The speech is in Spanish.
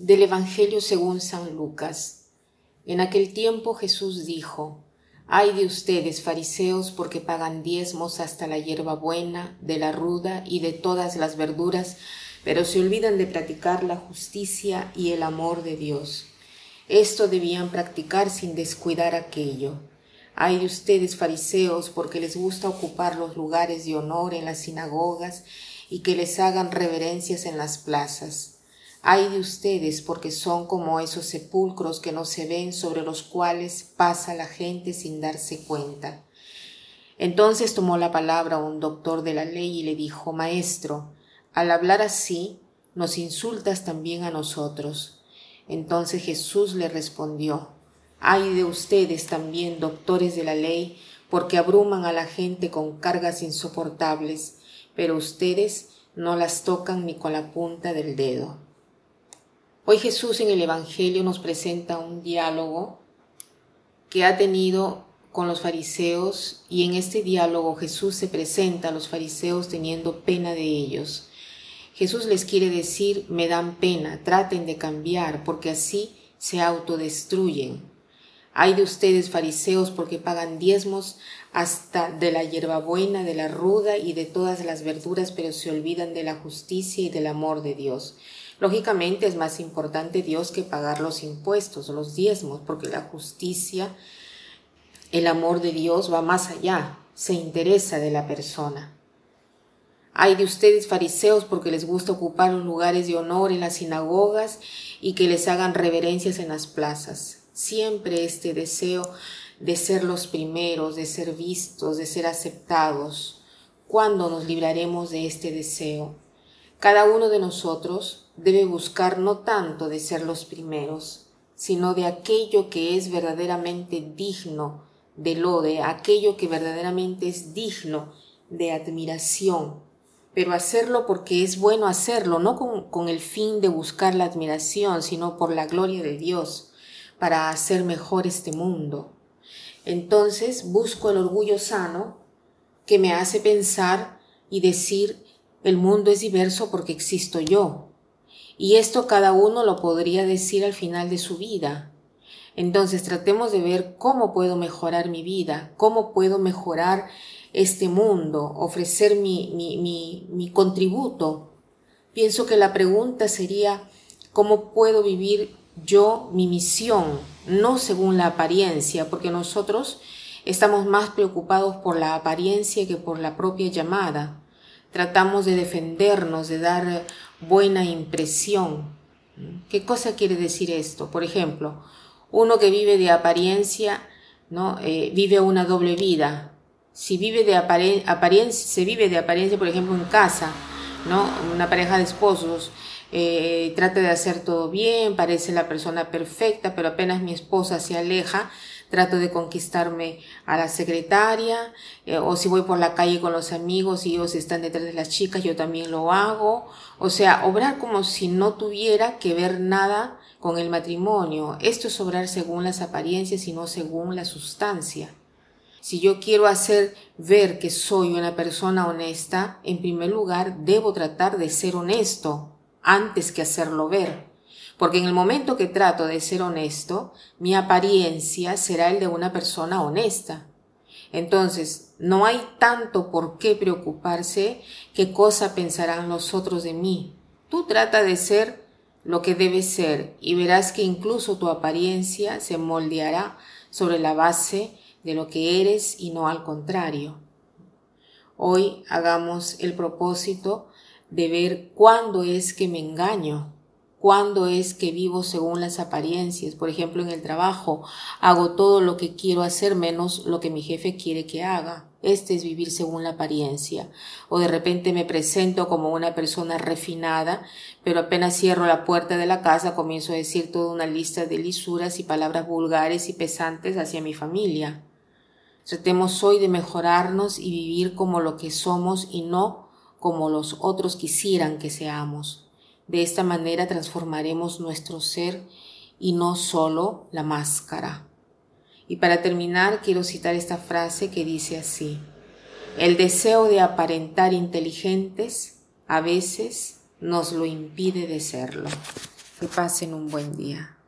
Del Evangelio según San Lucas. En aquel tiempo Jesús dijo: «Ay de ustedes, fariseos, porque pagan diezmos hasta la hierbabuena, de la ruda y de todas las verduras, pero se olvidan de practicar la justicia y el amor de Dios. Esto debían practicar sin descuidar aquello. Ay de ustedes, fariseos, porque les gusta ocupar los lugares de honor en las sinagogas y que les hagan reverencias en las plazas. Ay de ustedes, porque son como esos sepulcros que no se ven, sobre los cuales pasa la gente sin darse cuenta». Entonces tomó la palabra un doctor de la ley y le dijo: «Maestro, al hablar así, nos insultas también a nosotros». Entonces Jesús le respondió: «Ay de ustedes también, doctores de la ley, porque abruman a la gente con cargas insoportables, pero ustedes no las tocan ni con la punta del dedo». Hoy Jesús en el Evangelio nos presenta un diálogo que ha tenido con los fariseos, y en este diálogo Jesús se presenta a los fariseos teniendo pena de ellos. Jesús les quiere decir: me dan pena, traten de cambiar, porque así se autodestruyen. Ay de ustedes, fariseos, porque pagan diezmos hasta de la hierbabuena, de la ruda y de todas las verduras, pero se olvidan de la justicia y del amor de Dios. Lógicamente es más importante Dios que pagar los impuestos, los diezmos, porque la justicia, el amor de Dios va más allá, se interesa de la persona. Ay de ustedes, fariseos, porque les gusta ocupar los lugares de honor en las sinagogas y que les hagan reverencias en las plazas. Siempre este deseo de ser los primeros, de ser vistos, de ser aceptados. ¿Cuándo nos libraremos de este deseo? Cada uno de nosotros debe buscar no tanto de ser los primeros, sino de aquello que es verdaderamente digno de loe, aquello que verdaderamente es digno de admiración, pero hacerlo porque es bueno hacerlo, no con el fin de buscar la admiración, sino por la gloria de Dios, para hacer mejor este mundo. Entonces busco el orgullo sano que me hace pensar y decir: el mundo es diverso porque existo yo. Y esto cada uno lo podría decir al final de su vida. Entonces tratemos de ver cómo puedo mejorar mi vida, cómo puedo mejorar este mundo, ofrecer mi contributo. Pienso que la pregunta sería: ¿cómo puedo vivir yo mi misión? No según la apariencia, porque nosotros estamos más preocupados por la apariencia que por la propia llamada. Tratamos de defendernos, de dar buena impresión. ¿Qué cosa quiere decir esto? Por ejemplo, uno que vive de apariencia, ¿no? Vive una doble vida. Si vive de apariencia, se vive de apariencia, por ejemplo, en casa, ¿no? Una pareja de esposos, trata de hacer todo bien, parece la persona perfecta, pero apenas mi esposa se aleja, trato de conquistarme a la secretaria, o si voy por la calle con los amigos y ellos están detrás de las chicas, yo también lo hago. O sea, obrar como si no tuviera que ver nada con el matrimonio. Esto es obrar según las apariencias y no según la sustancia. Si yo quiero hacer ver que soy una persona honesta, en primer lugar debo tratar de ser honesto antes que hacerlo ver. Porque en el momento que trato de ser honesto, mi apariencia será el de una persona honesta. Entonces, no hay tanto por qué preocuparse qué cosa pensarán los otros de mí. Tú trata de ser lo que debes ser y verás que incluso tu apariencia se moldeará sobre la base de lo que eres y no al contrario. Hoy hagamos el propósito de ver cuándo es que me engaño, cuándo es que vivo según las apariencias. Por ejemplo, en el trabajo hago todo lo que quiero hacer menos lo que mi jefe quiere que haga. Este es vivir según la apariencia. O de repente me presento como una persona refinada, pero apenas cierro la puerta de la casa comienzo a decir toda una lista de lisuras y palabras vulgares y pesantes hacia mi familia. Tratemos hoy de mejorarnos y vivir como lo que somos y no como los otros quisieran que seamos. De esta manera transformaremos nuestro ser y no solo la máscara. Y para terminar quiero citar esta frase que dice así: el deseo de aparentar inteligentes a veces nos lo impide de serlo. Que pasen un buen día.